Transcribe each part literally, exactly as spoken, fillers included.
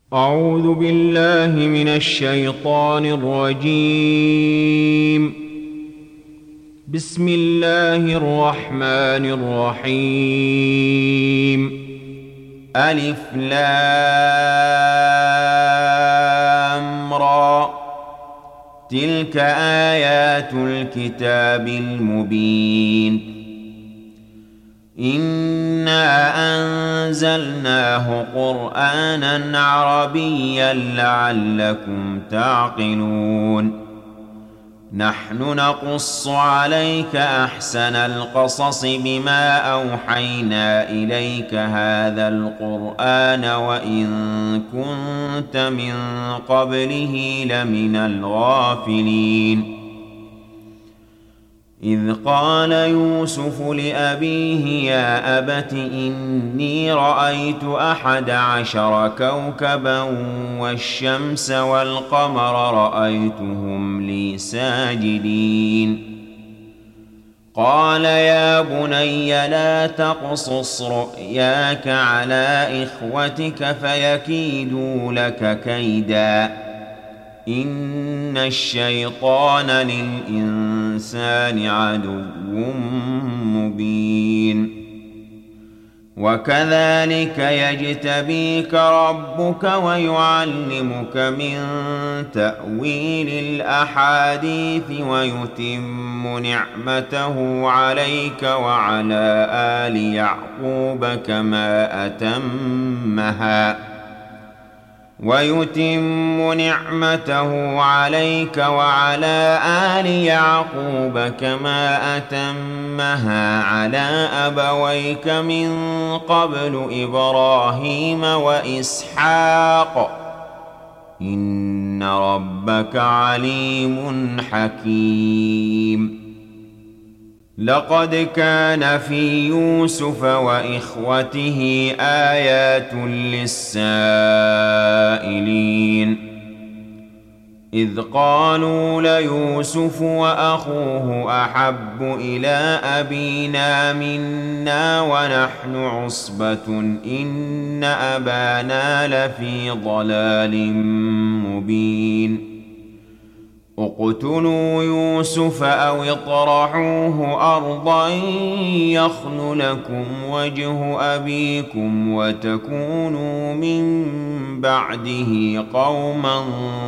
أعوذ بالله من الشيطان الرجيم. بسم الله الرحمن الرحيم. ألف لام را، تلك آيات الكتاب المبين. إنا أنزلناه قرآنا عربيا لعلكم تعقلون. نحن نقص عليك أحسن القصص بما أوحينا إليك هذا القرآن وإن كنت من قبله لمن الغافلين. إذ قال يوسف لأبيه يا أبت إني رأيت أحد عشر كوكبا والشمس والقمر رأيتهم لي ساجدين. قال يا بني لا تقصص رؤياك على إخوتك فيكيدوا لك كيدا، إن الشيطان للإنسان عدو مبين. وكذلك يجتبيك ربك ويعلمك من تأويل الأحاديث ويتم نعمته عليك وعلى آل يعقوب كما أتمها ويتم نعمته عليك وعلى آل يعقوب كما أتمها على أبويك من قبل إبراهيم وإسحاق إن ربك عليم حكيم. لقد كان في يوسف وإخوته آيات للسائلين إذ قالوا ليوسف وأخوه أحب إلى أبينا منا ونحن عصبة إن أبانا لفي ضلال مبين. اقتلوا يوسف أو اطرحوه أرضا يخل لكم وجه أبيكم وتكونوا من بعده قوما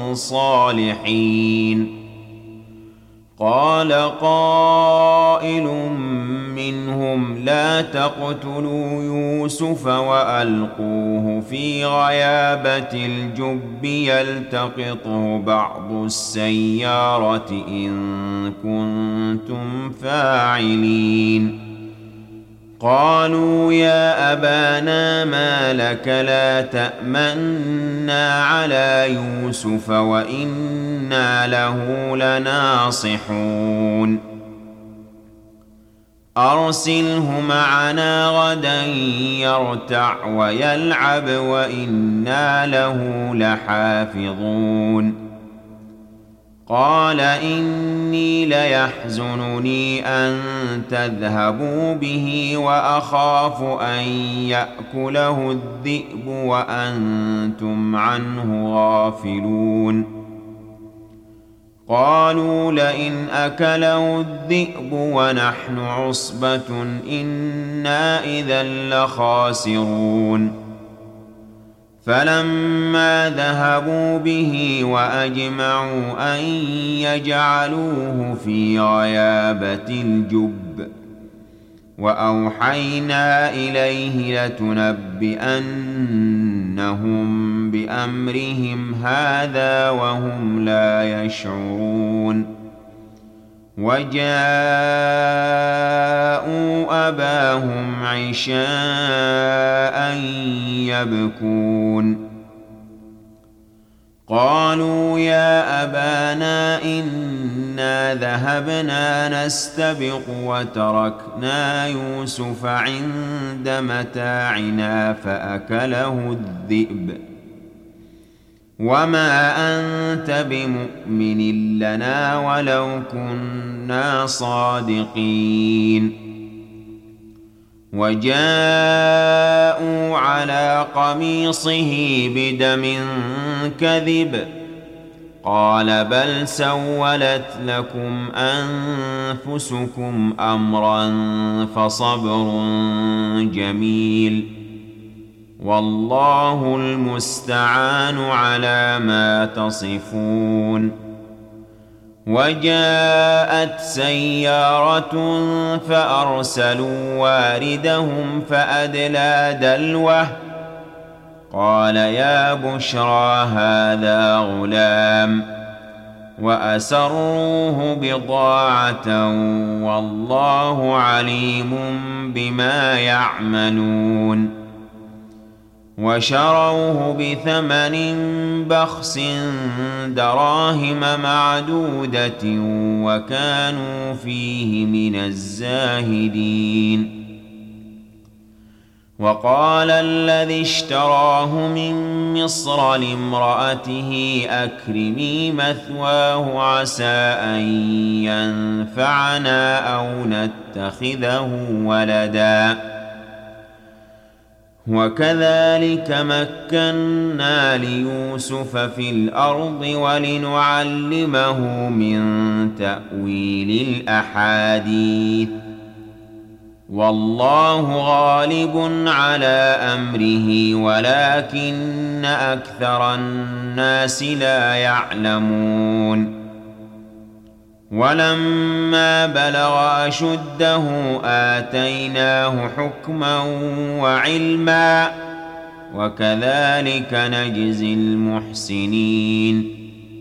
صالحين. قال قائل منهم لا تقتلوا يوسف وألقوه في غيابة الجب يلتقطه بعض السيارة إن كنتم فاعلين. قالوا يا أبانا ما لك لا تأمنا على يوسف وإنا له لناصحون. أرسله معنا غدا يرتع ويلعب وإنا له لحافظون. قال إني ليحزنني أن تذهبوا به وأخاف أن يأكله الذئب وأنتم عنه غافلون. قالوا لئن أكله الذئب ونحن عصبة إنا إذا لخاسرون. فلما ذهبوا به وأجمعوا أن يجعلوه في غيابة الجب وأوحينا إليه لتنبئنهم بأمرهم هذا وهم لا يشعرون. وجاءوا أباهم عشاء يبكون. قالوا يا أبانا إنا ذهبنا نستبق وتركنا يوسف عند متاعنا فأكله الذئب وما أنت بمؤمن لنا ولو كنا صادقين. وجاءوا على قميصه بدم كذب قال بل سولت لكم أنفسكم أمرا فصبر جميل والله المستعان على ما تصفون. وجاءت سيارة فأرسلوا واردهم فأدلى دلوه قال يا بشرى هذا غلام وأسروه بضاعة والله عليم بما يعملون. وشروه بثمن بخس دراهم معدودة وكانوا فيه من الزاهدين. وقال الذي اشتراه من مصر لامرأته أكرمي مثواه عسى أن ينفعنا أو نتخذه ولدا وكذلك مكنا ليوسف في الأرض ولنعلمه من تأويل الأحاديث والله غالب على أمره ولكن أكثر الناس لا يعلمون. ولما بلغ أشده آتيناه حكما وعلما وكذلك نجزي المحسنين.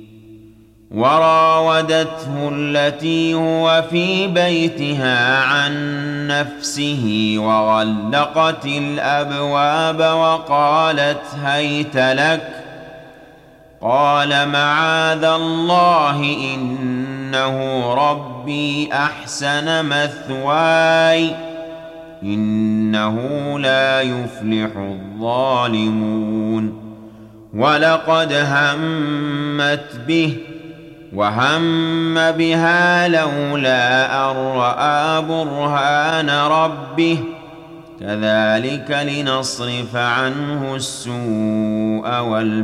وراودته التي هو في بيتها عن نفسه وغلقت الأبواب وقالت هيت لك قال معاذ الله إنه ربي أحسن مثواي إنه لا يفلح الظالمون. ولقد همت به وهم بها لولا أن رأى برهان ربه كذلك لنصرف عنه السوء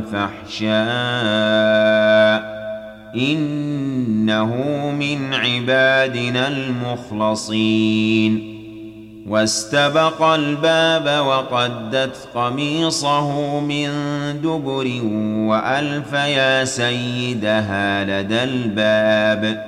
والفحشاء إنه من عبادنا المخلصين. واستبق الباب وقدت قميصه من دبر وألف يا سيدها لدى الباب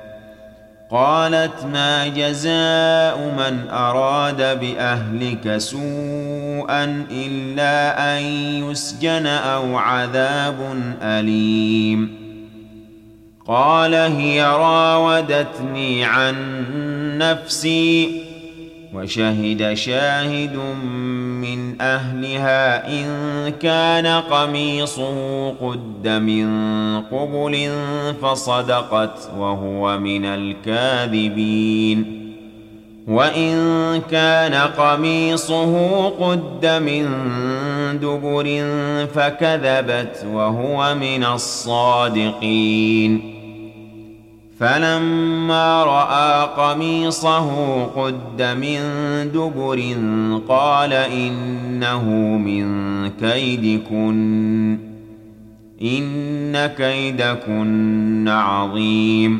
قالت ما جزاء من أراد بأهلك سوءا إلا أن يسجن أو عذاب أليم. قال هي راودتني عن نفسي وشهد شاهد من أهلها إن كان قميصه قد من قبل فصدقت وهو من الكاذبين وإن كان قميصه قد من دبر فكذبت وهو من الصادقين. فلما رأى قميصه قد من دبر قال إنه من كيدكن إن كيدكن عظيم.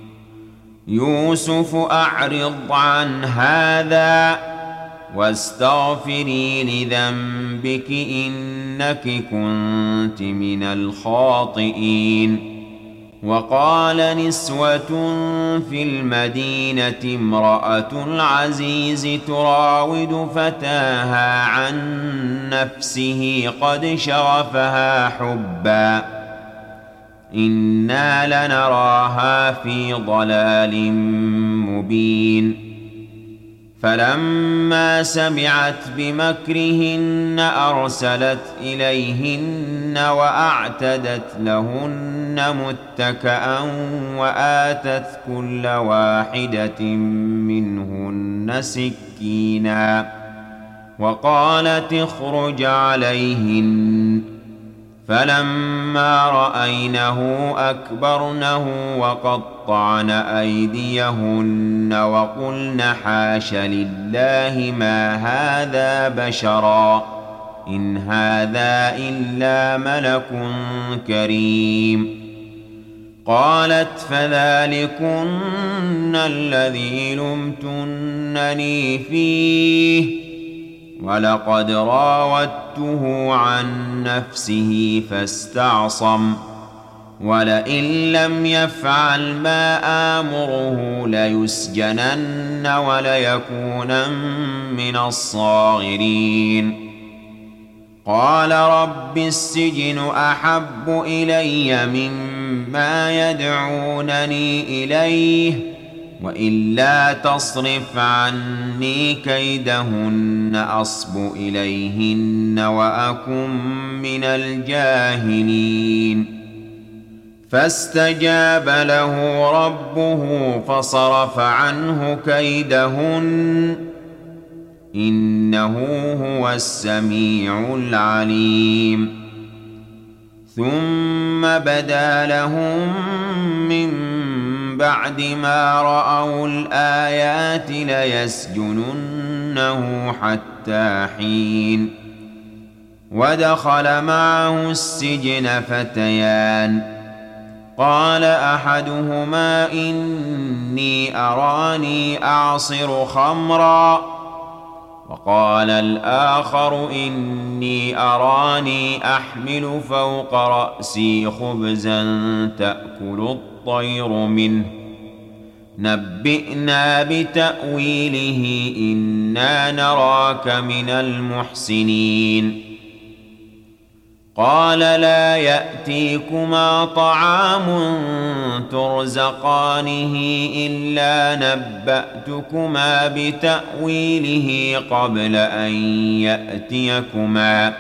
يوسف أعرض عن هذا واستغفري لذنبك إنك كنت من الخاطئين. وقال نسوة في المدينة امرأة العزيز تراود فتاها عن نفسه قد شغفها حبا إنا لنراها في ضلال مبين. فلما سمعت بمكرهن أرسلت إليهن وأعتدت لهن متكأ وآتت كل واحدة منهن سكينا وقالت اخرج عليهن فلما رأينه أكبرنه وقطعن أيديهن وقلن حاش لله ما هذا بشرا إن هذا إلا ملك كريم. قالت فذلكن الذي لمتنني فيه ولقد راودته عن نفسه فاستعصم ولئن لم يفعل ما آمره ليسجنن وليكونن من الصاغرين. قال رب السجن أحب إلي مما يدعونني إليه وإلا تصرف عني كيدهن أصب إليهن وأكن من الجاهلين. فاستجاب له ربه فصرف عنه كيدهن إنه هو السميع العليم. ثم بدا لهم من بعد ما رأوا الآيات ليسجننه حتى حين. ودخل معه السجن فتيان قال أحدهما إني أراني أعصر خمرا وقال الآخر إني أراني أحمل فوق رأسي خبزا تأكل الطير منه نبئنا بتأويله إنا نراك من المحسنين. قال لا يأتيكما طعام ترزقانه إلا نبأتكما بتأويله قبل أن يأتيكما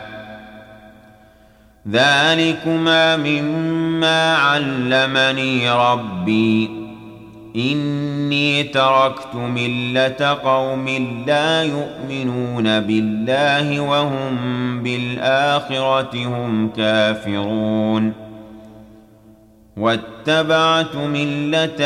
ذلكما مما علمني ربي إني تركت ملة قوم لا يؤمنون بالله وهم بالآخرة هم كافرون واتبعت ملة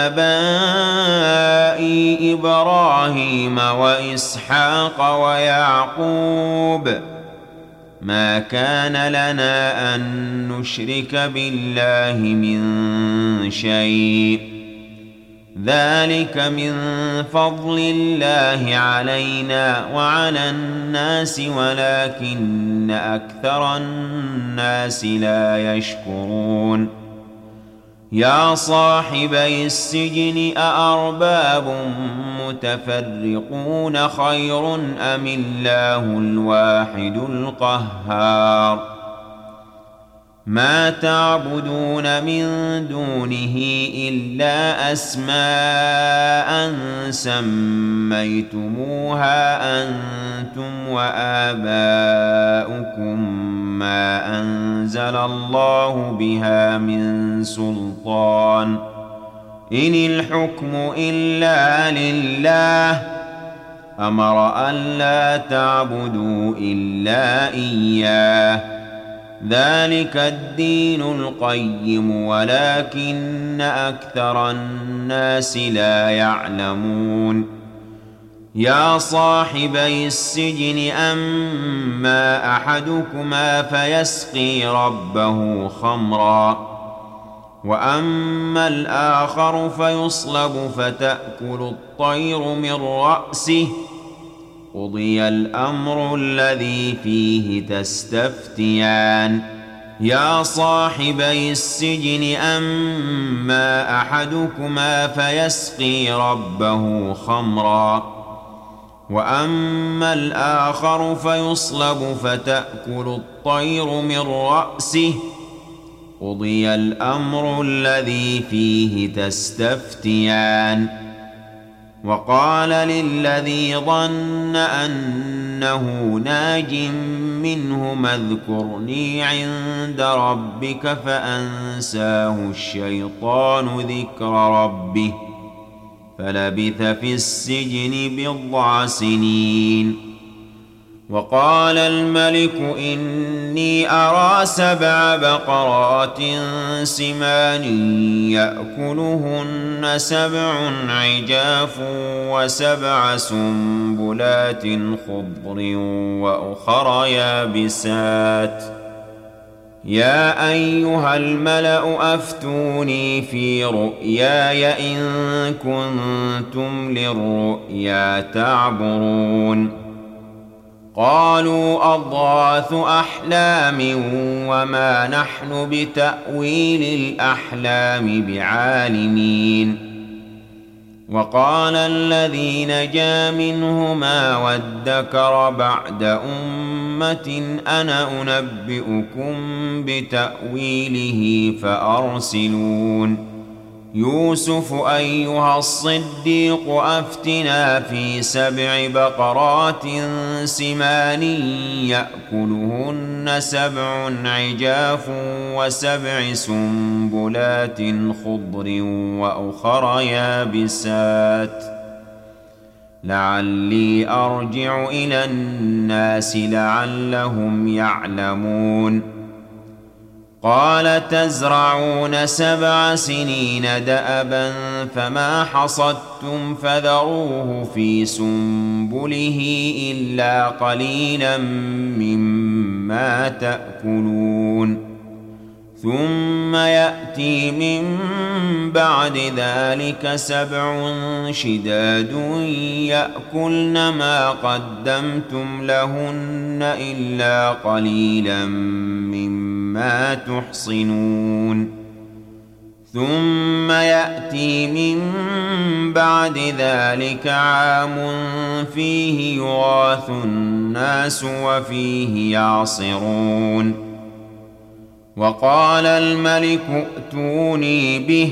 آبائي إبراهيم وإسحاق ويعقوب ما كان لنا أن نشرك بالله من شيء ذلك من فضل الله علينا وعلى الناس ولكن أكثر الناس لا يشكرون. يا صاحبي السجن أأرباب متفرقون خير أم الله الواحد القهار ما تعبدون من دونه إلا أسماء سميتموها أنتم وآباؤكم ما أنزل الله بها من سلطان إن الحكم إلا لله أمر ألا تعبدوا إلا إياه ذلك الدين القيم ولكن أكثر الناس لا يعلمون. يا صاحبي السجن أما أحدكما فيسقي ربه خمرا وأما الآخر فيصلب فتأكل الطير من رأسه قضي الأمر الذي فيه تستفتيان. يا صاحبي السجن أما أحدكما فيسقي ربه خمرا وأما الآخر فيصلب فتأكل الطير من رأسه قضي الأمر الذي فيه تستفتيان. وقال للذي ظن أنه ناج منهما اذكرني عند ربك فأنساه الشيطان ذكر ربه فلبث في السجن بضع سنين. وقال الملك إني أرى سبع بقرات سمان يأكلهن سبع عجاف وسبع سنبلات خضر وأخر يابسات يا أيها الملأ أفتوني في رؤياي إن كنتم للرؤيا تعبرون قالوا أضغاث أحلام وما نحن بتأويل الأحلام بعالمين وقال الذي نجا منهما وادكر بعد أمة أنا أنبئكم بتأويله فأرسلون يوسف أيها الصديق أفتنا في سبع بقرات سمان يأكلهن سبع عجاف وسبع سنبلات خضر وأخر يابسات لعلي أرجع إلى الناس لعلهم يعلمون قال تزرعون سبع سنين دأبا فما حصدتم فذروه في سنبله إلا قليلا مما تأكلون ثم يأتي من بعد ذلك سبع شداد يأكلن ما قدمتم لهن إلا قليلا مما تحصنون ثم يأتي من بعد ذلك عام فيه يغاث الناس وفيه يعصرون وقال الملك ائتوني به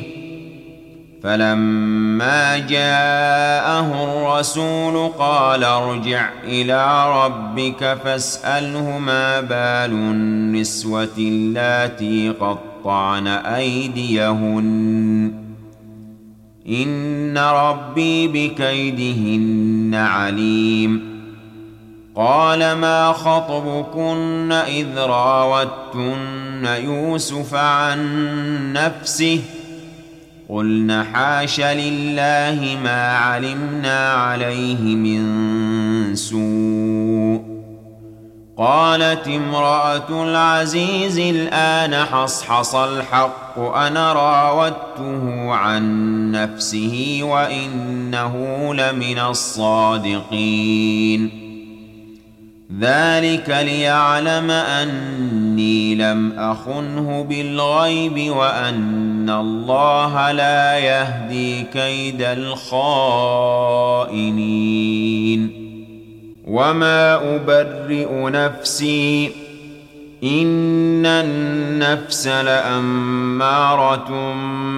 فلما جاءه الرسول قال ارجع إلى ربك فاسأله ما بال النسوة اللاتي قطعن أيديهن إن ربي بكيدهن عليم قال ما خطبكن إذ راوتن يوسف عن نفسه قلن حاش لله ما علمنا عليه من سوء قالت امرأة العزيز الآن حصحص الحق أنا راودته عن نفسه وإنه لمن الصادقين ذلك ليعلم أني لم أخنه بالغيب وأن الله لا يهدي كيد الخائنين وما أبرئ نفسي إن النفس لأمارة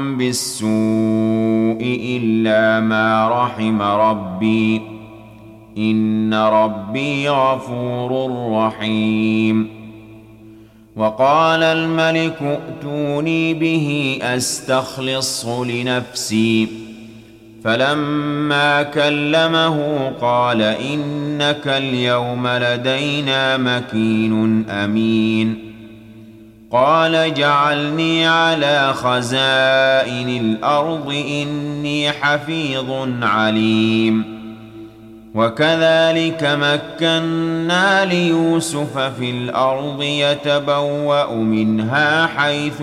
بالسوء إلا ما رحم ربي إن ربي غفور رحيم وقال الملك ائتوني به أستخلصه لنفسي فلما كلمه قال إنك اليوم لدينا مكين أمين قال اجعلني على خزائن الأرض إني حفيظ عليم وكذلك مكنا ليوسف في الأرض يتبوأ منها حيث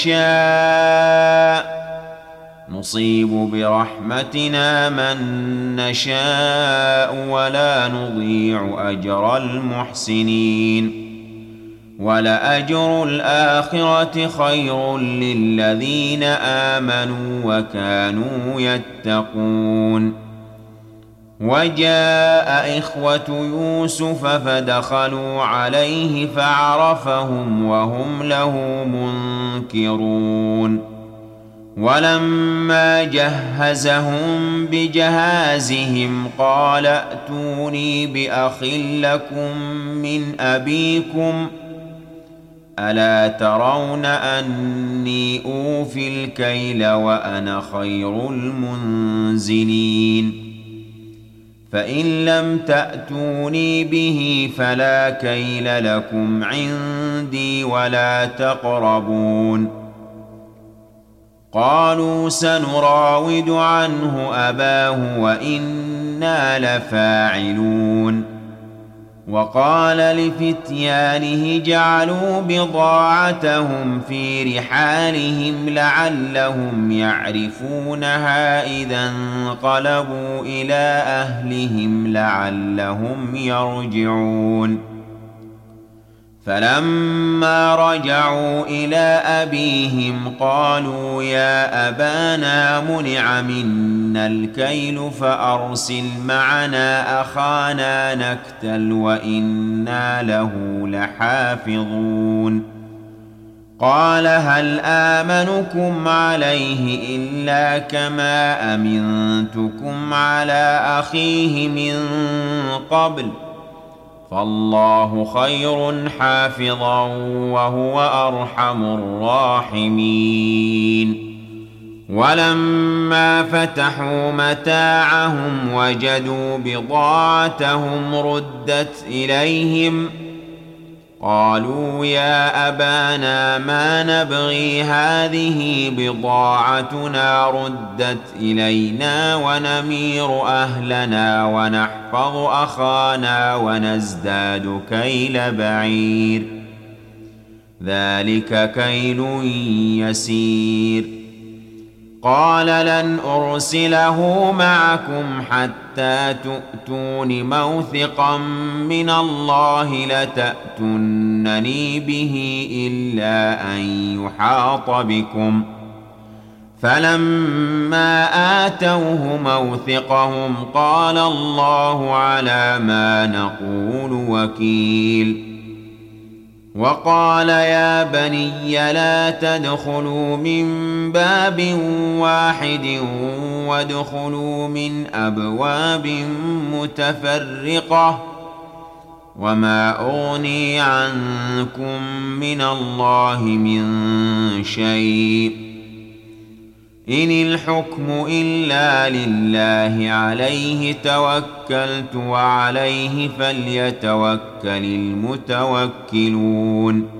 يشاء نصيب برحمتنا من نشاء ولا نضيع أجر المحسنين ولأجر الآخرة خير للذين آمنوا وكانوا يتقون وجاء إخوة يوسف فدخلوا عليه فعرفهم وهم له منكرون ولما جهزهم بجهازهم قال ائتوني بأخ لكم من أبيكم ألا ترون أني أوفي الكيل وأنا خير المنزلين فإن لم تأتوني به فلا كيل لكم عندي ولا تقربون. قالوا سنراود عنه أباه وإنا لفاعلون. وقال لفتيانه جعلوا بضاعتهم في رحالهم لعلهم يعرفونها إذا انقلبوا إلى أهلهم لعلهم يرجعون. فلما رجعوا إلى أبيهم قالوا يا أبانا منع منا الكيل فأرسل معنا أخانا نكتل وإنا له لحافظون. قال هل آمنكم عليه إلا كما أمنتكم على أخيه من قبل فالله خير حافظا وهو أرحم الراحمين. ولما فتحوا متاعهم وجدوا بضاعتهم ردت إليهم قالوا يا أبانا ما نبغي هذه بضاعتنا ردت إلينا ونمير أهلنا ونحفظ أخانا ونزداد كيل بعير ذلك كيل يسير. قال لن أرسله معكم حتى تؤتون موثقا من الله لتأتونني به إلا أن يحاط بكم. فلما آتوه موثقهم قال الله على ما نقول وكيل. وقال يا بني لا تدخلوا من باب واحد وادخلوا من أبواب متفرقة وما أغني عنكم من الله من شيء إن الحكم إلا لله عليه توكلت وعليه فليتوكل المتوكلون.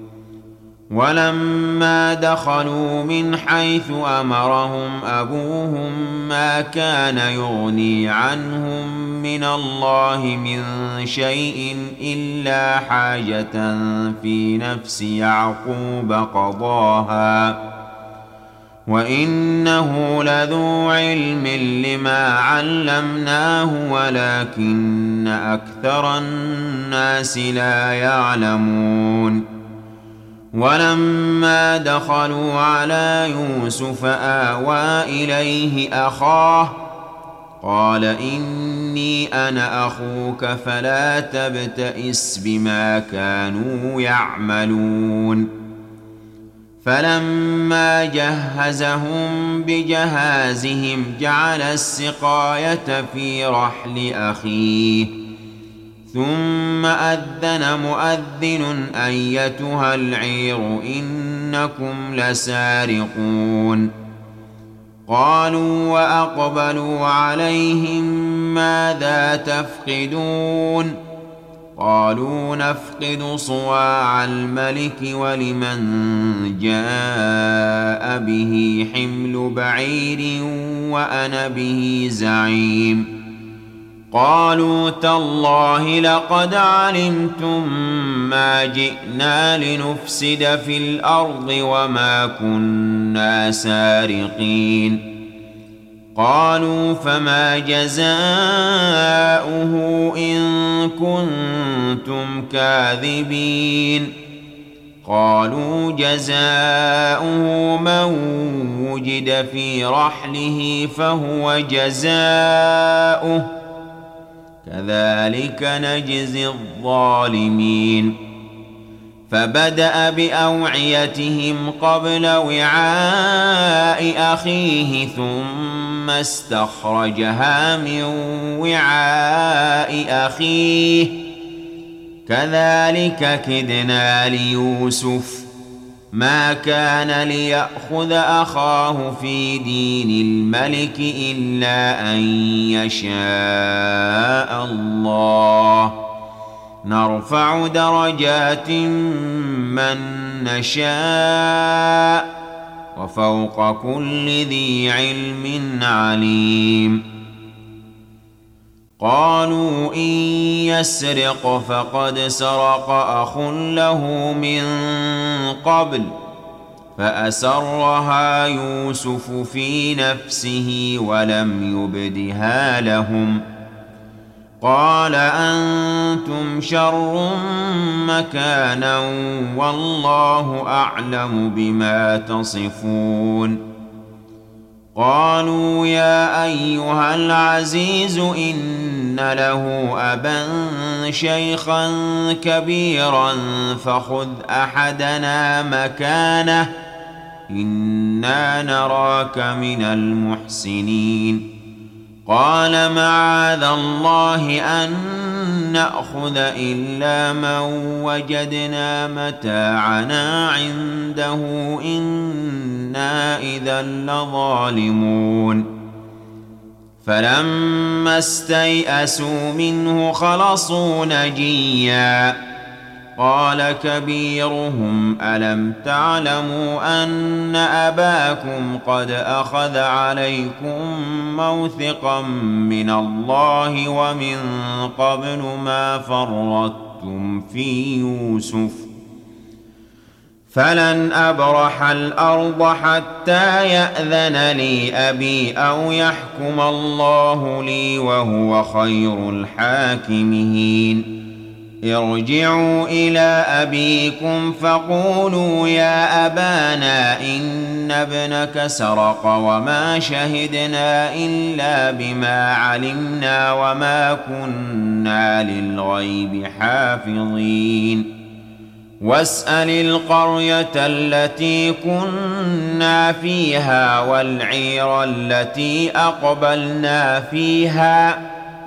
ولما دخلوا من حيث أمرهم أبوهم ما كان يغني عنهم من الله من شيء إلا حاجة في نفس يعقوب قضاها وإنه لذو علم لما علمناه ولكن أكثر الناس لا يعلمون. ولما دخلوا على يوسف آوى إليه أخاه قال إني أنا أخوك فلا تبتئس بما كانوا يعملون. فلما جهزهم بجهازهم جعل السقاية في رحل أخيه ثم أذن مؤذن أيتها العير إنكم لسارقون. قالوا وأقبلوا عليهم ماذا تفقدون قالوا نفقد صواع الملك ولمن جاء به حمل بعير وأنا به زعيم. قالوا تالله لقد علمتم ما جئنا لنفسد في الأرض وما كنا سارقين. قالوا فما جزاؤه إن كنتم كاذبين. قالوا جزاؤه من وجد في رحله فهو جزاؤه كذلك نجزي الظالمين. فبدأ بأوعيتهم قبل وعاء أخيه ثم استخرجها من وعاء أخيه كذلك كدنا ليوسف ما كان ليأخذ أخاه في دين الملك إلا أن يشاء الله نرفع درجات من نشاء وفوق كل ذي علم عليم قالوا إن يسرق فقد سرق أخ له من قبل فأسرها يوسف في نفسه ولم يبدها لهم قال أنتم شر مكانا والله أعلم بما تصفون قالوا يا أيها العزيز إن له أبا شيخا كبيرا فخذ أحدنا مكانه إنا نراك من المحسنين قال معاذ الله أن نأخذ إلا من وجدنا متاعنا عنده إنا إذا لظالمون فلما استيئسوا منه خلصوا نجيا قال كبيرهم ألم تعلموا أن أباكم قد أخذ عليكم موثقا من الله ومن قبل ما فرطتم في يوسف فلن أبرح الأرض حتى يأذن لي أبي أو يحكم الله لي وهو خير الحاكمين ارجعوا إلى أبيكم فقولوا يا أبانا إن ابنك سرق وما شهدنا إلا بما علمنا وما كنا للغيب حافظين واسأل القرية التي كنا فيها والعير التي أقبلنا فيها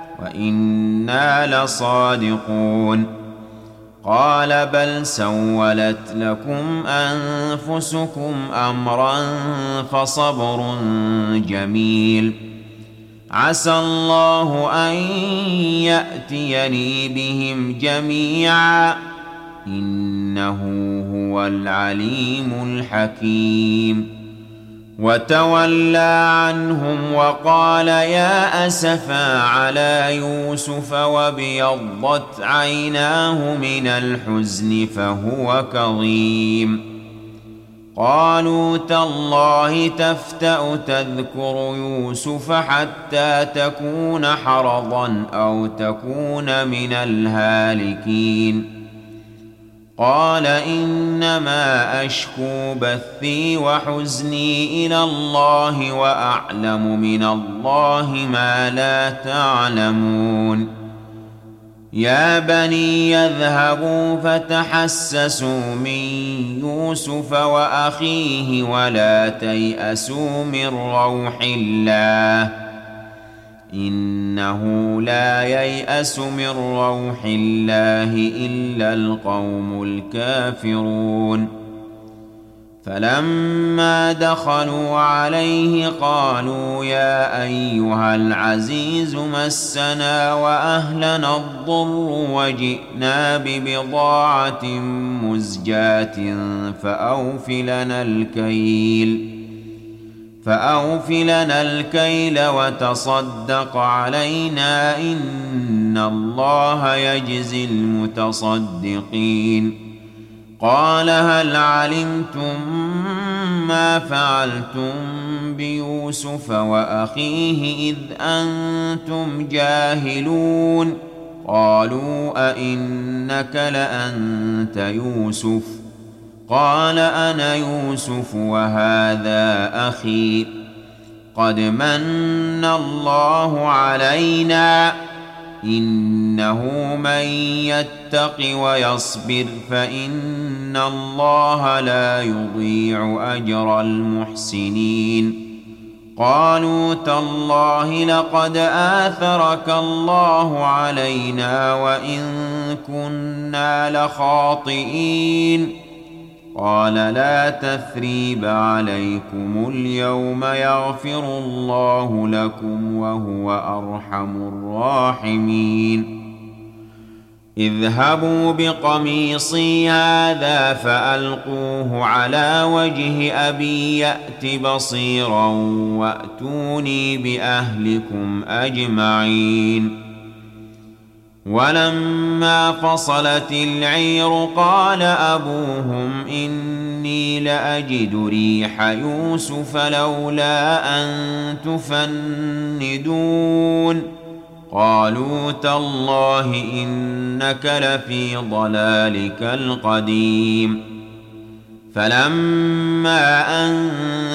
وإنا لصادقون قال بل سولت لكم أنفسكم أمرا فصبر جميل عسى الله أن يأتيني بهم جميعا إنه هو العليم الحكيم وتولى عنهم وقال يا أسفا على يوسف وابيضت عيناه من الحزن فهو كظيم قالوا تالله تفتأ تذكر يوسف حتى تكون حرضا أو تكون من الهالكين قال إنما أشكو بثي وحزني إلى الله وأعلم من الله ما لا تعلمون يا بني يذهبوا فتحسسوا من يوسف وأخيه ولا تيأسوا من روح الله إنه لا ييأس من روح الله إلا القوم الكافرون فلما دخلوا عليه قالوا يا أيها العزيز مسنا وأهلنا الضر وجئنا ببضاعة مزجاة فأوف لنا الكيل فأوف لنا الكيل وتصدق علينا إن الله يجزي المتصدقين قال هل علمتم ما فعلتم بيوسف وأخيه إذ أنتم جاهلون قالوا أئنك لأنت يوسف قال أنا يوسف وهذا أخي قد من الله علينا إنه من يتق ويصبر فإن الله لا يضيع أجر المحسنين قالوا تالله لقد آثرك الله علينا وإن كنا لخاطئين قال لا تثريب عليكم اليوم يغفر الله لكم وهو أرحم الراحمين اذهبوا بقميصي هذا فألقوه على وجه أبي يأت بصيرا وأتوني بأهلكم أجمعين ولما فصلت العير قال أبوهم إني لأجد ريح يوسف لولا أن تفندون قالوا تالله إنك لفي ضلالك القديم فلما أن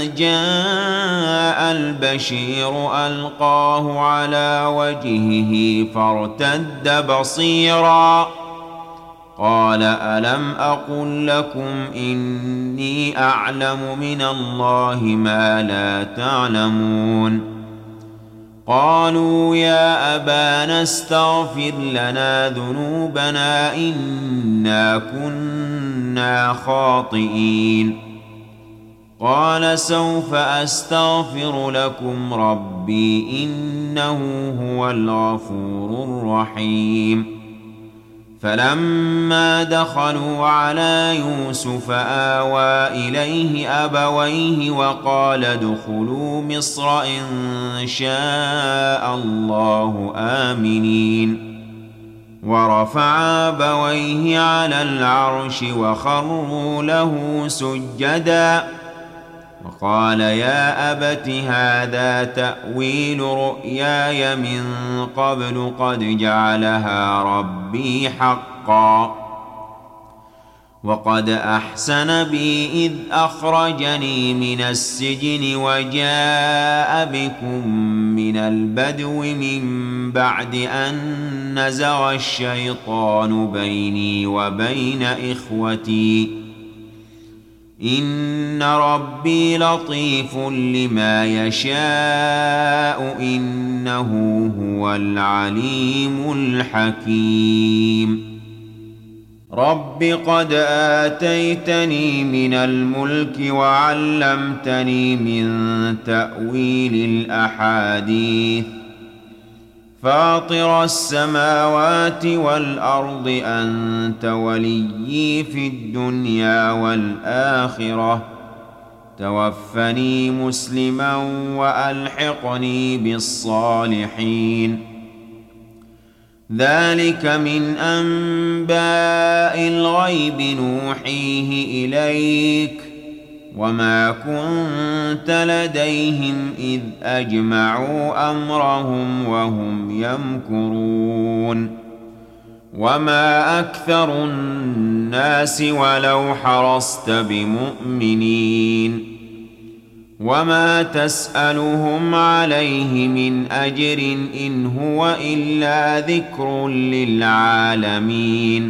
جاء البشير ألقاه على وجهه فارتد بصيرا قال ألم أقل لكم إني أعلم من الله ما لا تعلمون قالوا يا أبانا استغفر لنا ذنوبنا إنا كنا خاطئين قال سوف أستغفر لكم ربي إنه هو الغفور الرحيم فلما دخلوا على يوسف آوى إليه أبويه وقال ادخلوا مصر إن شاء الله آمنين ورفع أبويه على العرش وخروا له سجدا وقال يا أبت هذا تأويل رؤياي من قبل قد جعلها ربي حقا وقد أحسن بي إذ أخرجني من السجن وجاء بكم من البدو من بعد أن نزغ الشيطان بيني وبين إخوتي إن ربي لطيف لما يشاء إنه هو العليم الحكيم رب قد آتيتني من الملك وعلمتني من تأويل الأحاديث فاطر السماوات والأرض أنت وليي في الدنيا والآخرة توفني مسلما وألحقني بالصالحين ذلك من أنباء الغيب نوحيه إليك وما كنت لديهم إذ أجمعوا أمرهم وهم يمكرون وما أكثر الناس ولو حرصت بمؤمنين وما تسألهم عليه من أجر إن هو إلا ذكر للعالمين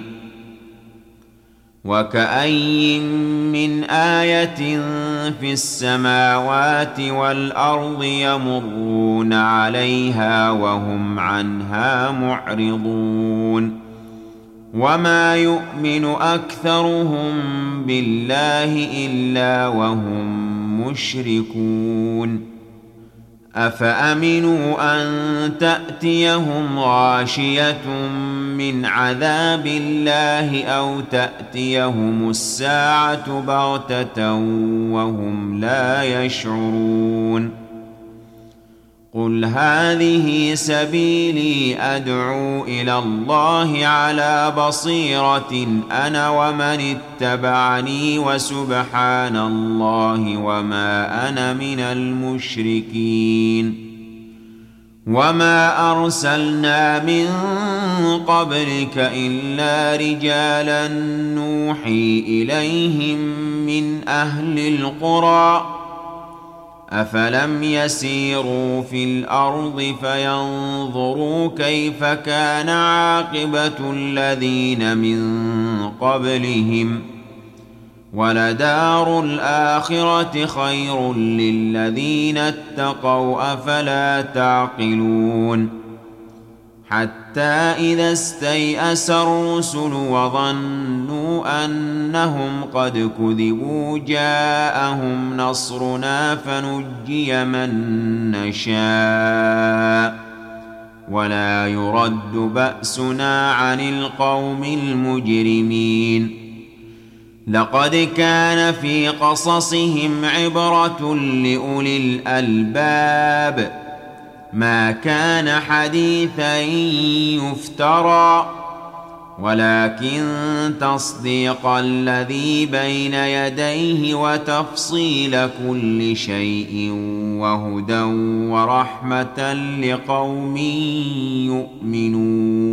وكأي من آية في السماوات والأرض يمرون عليها وهم عنها معرضون وما يؤمن أكثرهم بالله إلا وهم مشركون أفأمنوا أن تأتيهم غاشية من عذاب الله أو تأتيهم الساعة بغتة وهم لا يشعرون قل هذه سبيلي أدعو إلى الله على بصيرة أنا ومن اتبعني وسبحان الله وما أنا من المشركين وما أرسلنا من قبلك إلا رجالا نوحي إليهم من أهل القرى أفلم يسيروا في الأرض فينظروا كيف كان عاقبة الذين من قبلهم ولدار الآخرة خير للذين اتقوا أفلا تعقلون حتى إذا استيأس الرسل وظنوا أنهم قد كذبوا جاءهم نصرنا فنجي من نشاء ولا يرد بأسنا عن القوم المجرمين. لقد كان في قصصهم عبرة لأولي الألباب ما كان حديثا يفترى ولكن تصديق الذي بين يديه وتفصيل كل شيء وهدى ورحمة لقوم يؤمنون.